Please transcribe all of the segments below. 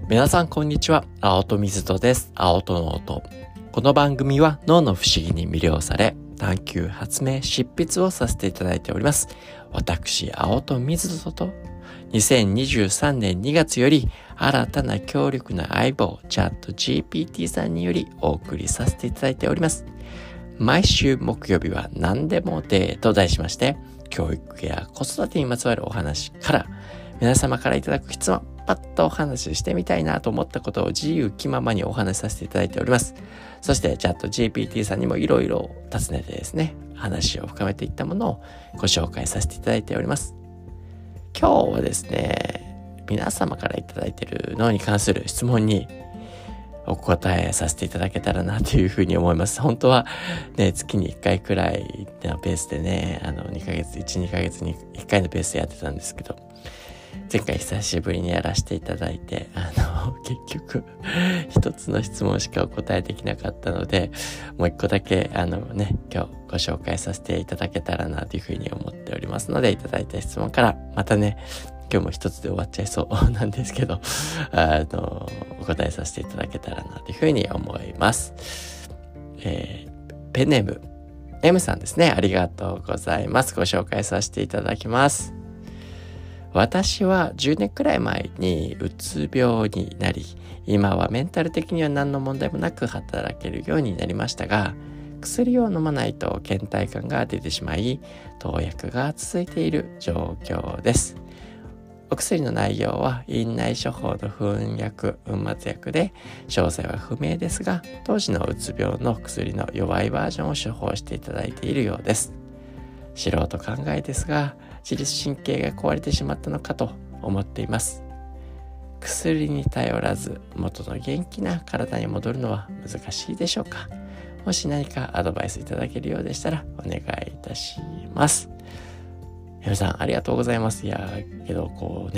皆さんこんにちは。青戸水戸です。青戸の音。この番組は脳の不思議に魅了され、探求、発明、執筆をさせていただいております。私、青戸水戸と、2023年2月より新たな強力な相棒、チャット GPT さんによりお送りさせていただいております。毎週木曜日は何でもデーと題しまして、教育や子育てにまつわるお話から、皆様からいただく質問、パッとお話ししてみたいなと思ったことを自由気ままにお話しさせていただいております。そしてチャット GPT さんにもいろいろ尋ねてですね、話を深めていったものをご紹介させていただいております。今日はですね、皆様からいただいている脳に関する質問にお答えさせていただけたらなというふうに思います。本当はね、月に1回くらいのペースでね、2ヶ月に1回のペースでやってたんですけど、前回久しぶりにやらせていただいて、結局一つの質問しかお答えできなかったので、もう一個だけ今日ご紹介させていただけたらなというふうに思っておりますので、いただいた質問からまたね、今日も一つで終わっちゃいそうなんですけど、お答えさせていただけたらなというふうに思います。ペンネーム M さんですね。ありがとうございます。ご紹介させていただきます。私は10年くらい前にうつ病になり、今はメンタル的には何の問題もなく働けるようになりましたが、薬を飲まないと倦怠感が出てしまい、投薬が続いている状況です。お薬の内容は院内処方の粉薬、粉末薬で、詳細は不明ですが、当時のうつ病の薬の弱いバージョンを処方していただいているようです。素人考えですが、自律神経が壊れてしまったのかと思っています。薬に頼らず元の元気な体に戻るのは難しいでしょうか。もし何かアドバイスいただけるようでしたらお願いいたします。皆さんありがとうございます。いやけど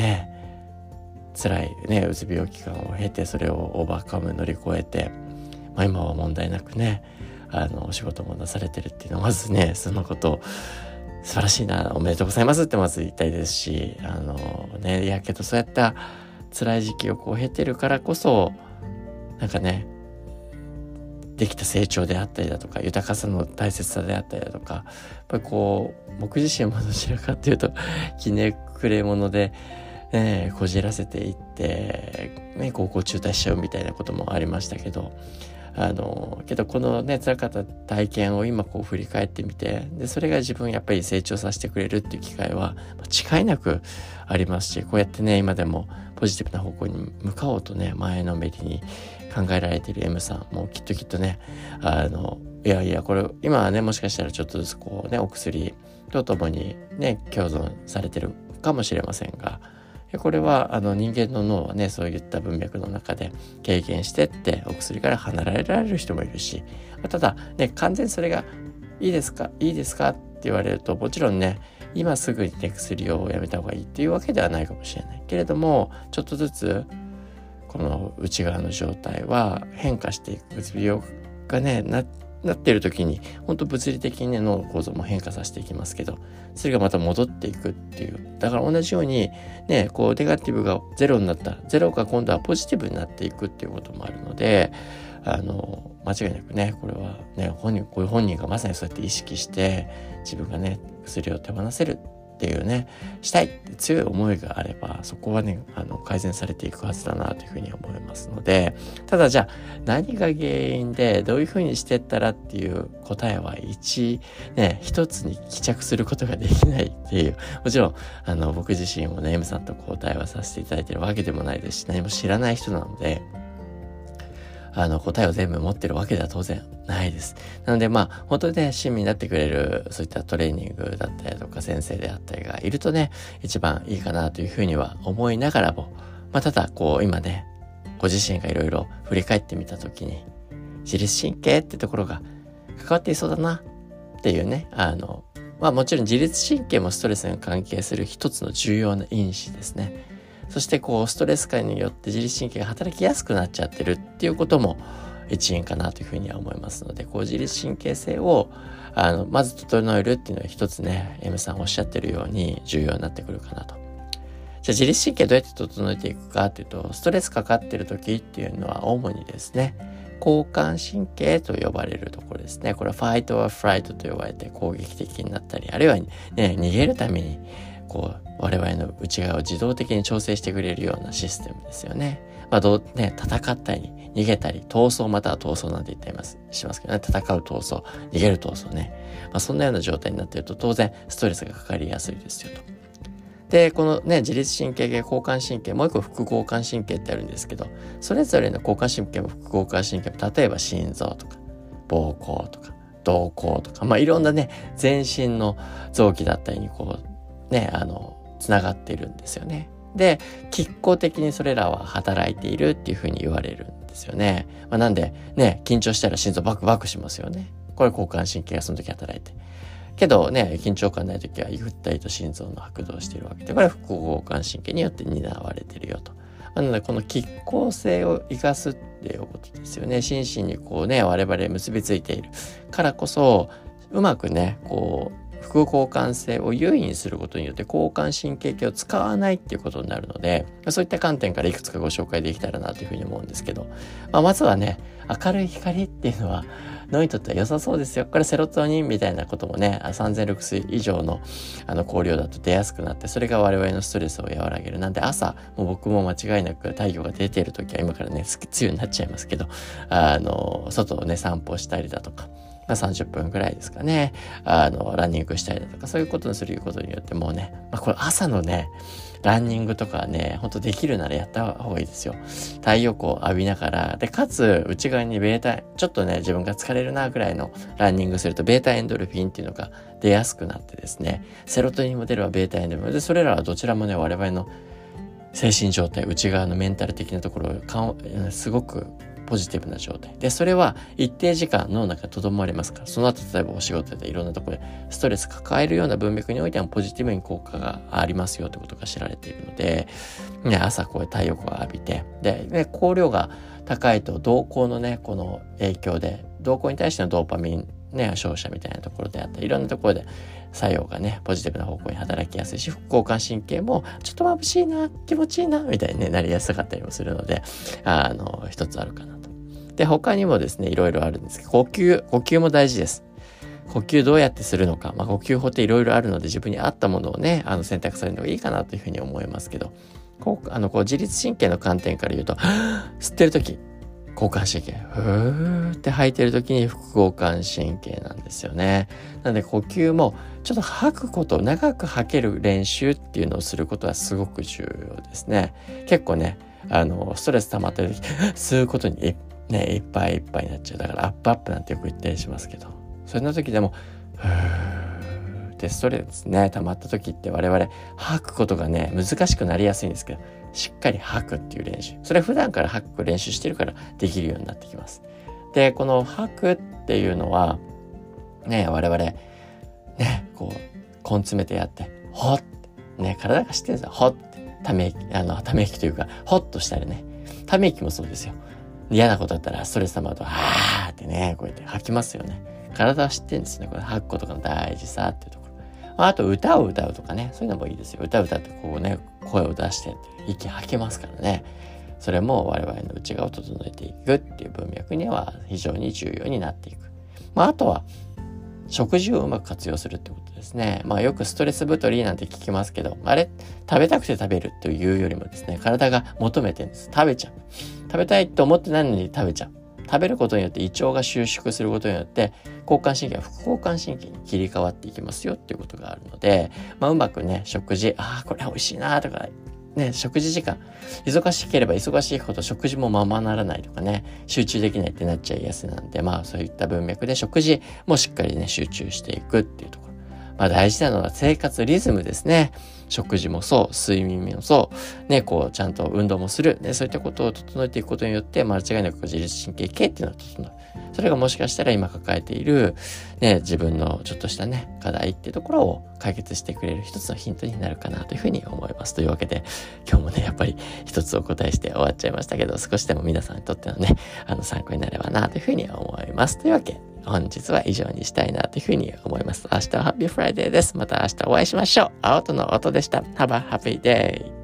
辛いねうつ病期間を経て、それをオーバーカム乗り越えて、今は問題なくねお仕事もなされてるっていうのは、まずねそのことを素晴らしいな、おめでとうございますってまず言いたいですし、けどそうやった辛い時期を経てるからこそ、できた成長であったりだとか、豊かさの大切さであったりだとか、やっぱり僕自身もどちらかっていうとひねくれ者で、こじらせていって、高校中退しちゃうみたいなこともありましたけど、けどこの辛かった体験を今振り返ってみて、でそれが自分やっぱり成長させてくれるっていう機会は違いなくありますし、こうやって今でもポジティブな方向に向かおうと前のめりに考えられている M さんもきっとこれ今はもしかしたらちょっとずつお薬とともに共存されてるかもしれませんが、これは人間の脳はそういった文脈の中で経験してってお薬から離れられる人もいるし、ただ完全にそれがいいですかって言われると、もちろん今すぐに薬をやめた方がいいっていうわけではないかもしれないけれども、ちょっとずつこの内側の状態は変化していく。うつ病がなっている時に本当物理的に脳の構造も変化させていきますけど、それがまた戻っていくっていう。だから同じようにネガティブがゼロになったら、ゼロが今度はポジティブになっていくっていうこともあるので、間違いなくこれは本人がまさにそうやって意識して自分が薬を手放せるっていうしたいって強い思いがあれば、そこは改善されていくはずだなというふうに思いますので、ただじゃあ何が原因でどういうふうにしてったらっていう答えは一つに帰着することができないっていう、もちろん僕自身もM さんと対話させていただいているわけでもないですし、何も知らない人なので答えを全部持ってるわけでは当然ないです。なので本当に親身になってくれるそういったトレーニングだったりとか先生であったりがいると一番いいかなというふうには思いながらも、ただ今ご自身がいろいろ振り返ってみたときに、自律神経ってところが関わっていそうだなっていうもちろん自律神経もストレスに関係する一つの重要な因子ですね。そしてストレス感によって自律神経が働きやすくなっちゃってるっていうことも一因かなというふうには思いますので、自律神経性をまず整えるっていうのは一つM さんおっしゃってるように重要になってくるかなと。 じゃあ自律神経どうやって整えていくかっていうと、ストレスかかってる時っていうのは主にですね、交感神経と呼ばれるところですね。これはファイトはフライトと呼ばれて攻撃的になったり、あるいはね、逃げるために我々の内側を自動的に調整してくれるようなシステムですよね。戦ったり逃げたり闘争または闘争なんて言ったりしますけどね、戦う闘争、逃げる闘争ね、そんなような状態になっていると当然ストレスがかかりやすいですよと。でこのね、自律神経系、交感神経、もう一個副交感神経ってあるんですけど、それぞれの交感神経も副交感神経も、例えば心臓とか膀胱とか瞳孔とか、いろんなね全身の臓器だったりにつながっているんですよね。で、拮抗的にそれらは働いているっていうふうに言われるんですよね。なんでね、緊張したら心臓バクバクしますよね。これ交感神経がその時働いて。けどね、緊張感ない時はゆったりと心臓の拍動しているわけで、これは副交感神経によって担われているよと。なのでこの拮抗性を生かすっていうことですよね。心身に我々結びついているからこそ、うまくね副交感性を優位にすることによって交感神経系を使わないっていうことになるので、そういった観点からいくつかご紹介できたらなというふうに思うんですけど、まずはね、明るい光っていうのは脳にとっては良さそうですよ。これセロトニンみたいなこともね、3000ルクス以上の光量だと出やすくなって、それが我々のストレスを和らげる。なんで朝もう僕も間違いなく太陽が出ている時は、今からね梅雨になっちゃいますけど、外をね散歩したりだとか、30分ぐらいですかね、ランニングしたりだとか、そういうことにすることによってもうね、これ朝のねランニングとかね、ほんとできるならやった方がいいですよ。太陽光を浴びながら、でかつ内側にちょっとね自分が疲れるなぐらいのランニングするとベータエンドルフィンっていうのが出やすくなってですね、セロトニンも出るわ、ベータエンドルフィンで、それらはどちらもね我々の精神状態、内側のメンタル的なところをすごくポジティブな状態で、それは一定時間脳の中に留まりますから、その後例えばお仕事でいろんなところでストレス抱えるような文脈においてはポジティブに効果がありますよということが知られているので、朝太陽光を浴びて、で、光量が高いと瞳孔のねこの影響で、瞳孔に対してのドーパミン照射みたいなところであったり、いろんなところで作用がねポジティブな方向に働きやすいし、副交感神経もちょっと眩しいな、気持ちいいなみたいに、なりやすかったりもするので、一つあるかなと。で、他にもですねいろいろあるんですけど、呼吸も大事です。呼吸どうやってするのか、呼吸法っていろいろあるので、自分に合ったものをね選択されるのがいいかなというふうに思いますけど、自律神経の観点から言うと、吸ってる時交感神経、ふーって吐いてる時に副交感神経なんですよね。なので呼吸もちょっと吐くこと、長く吐ける練習っていうのをすることはすごく重要ですね。結構ねストレス溜まってる時吸うことにいっぱいいっぱいになっちゃう。だからアップアップなんてよく言ったりしますけど、そんな時でもふーってストレスね溜まった時って我々吐くことがね難しくなりやすいんですけど、しっかり吐くっていう練習、それは普段から吐く練習してるからできるようになってきます。で、この吐くっていうのはね、我々ね根詰めてやってほってね、体が知ってるんですよ。ほってため息というか、ほっとしたりね、ため息もそうですよ。嫌なことだったらストレス溜まるとはーってねこうやって吐きますよね。体は知ってるんですね、これ吐くことが大事さっていうところ。あと歌を歌うとかね、そういうのもいいですよ。歌って声を出して息吐けますからね。それも我々の内側を整えていくっていう文脈には非常に重要になっていく。あとは食事をうまく活用するってことですね。よくストレス太りなんて聞きますけど、あれ食べたくて食べるというよりもですね、体が求めてるんです。食べちゃう。食べたいと思ってないのに食べちゃう。食べることによって胃腸が収縮することによって交感神経は副交感神経に切り替わっていきますよっていうことがあるので、うまくね食事、これ美味しいなとかね、食事時間忙しければ忙しいほど食事もままならないとかね、集中できないってなっちゃいやすいなんで、そういった文脈で食事もしっかりね集中していくっていうところ。大事なのは生活リズムですね。食事もそう、睡眠もそうね、ちゃんと運動もするね、そういったことを整えていくことによって間違いなく自律神経系っていうのは整う。それがもしかしたら今抱えているね、自分のちょっとしたね課題っていうところを解決してくれる一つのヒントになるかなというふうに思います。というわけで今日もねやっぱり一つお答えして終わっちゃいましたけど、少しでも皆さんにとってのね参考になればなというふうに思います。というわけで本日は以上にしたいなというふうに思います。明日はハッピーフライデーです。また明日お会いしましょう。青との音でした。Have a happy day!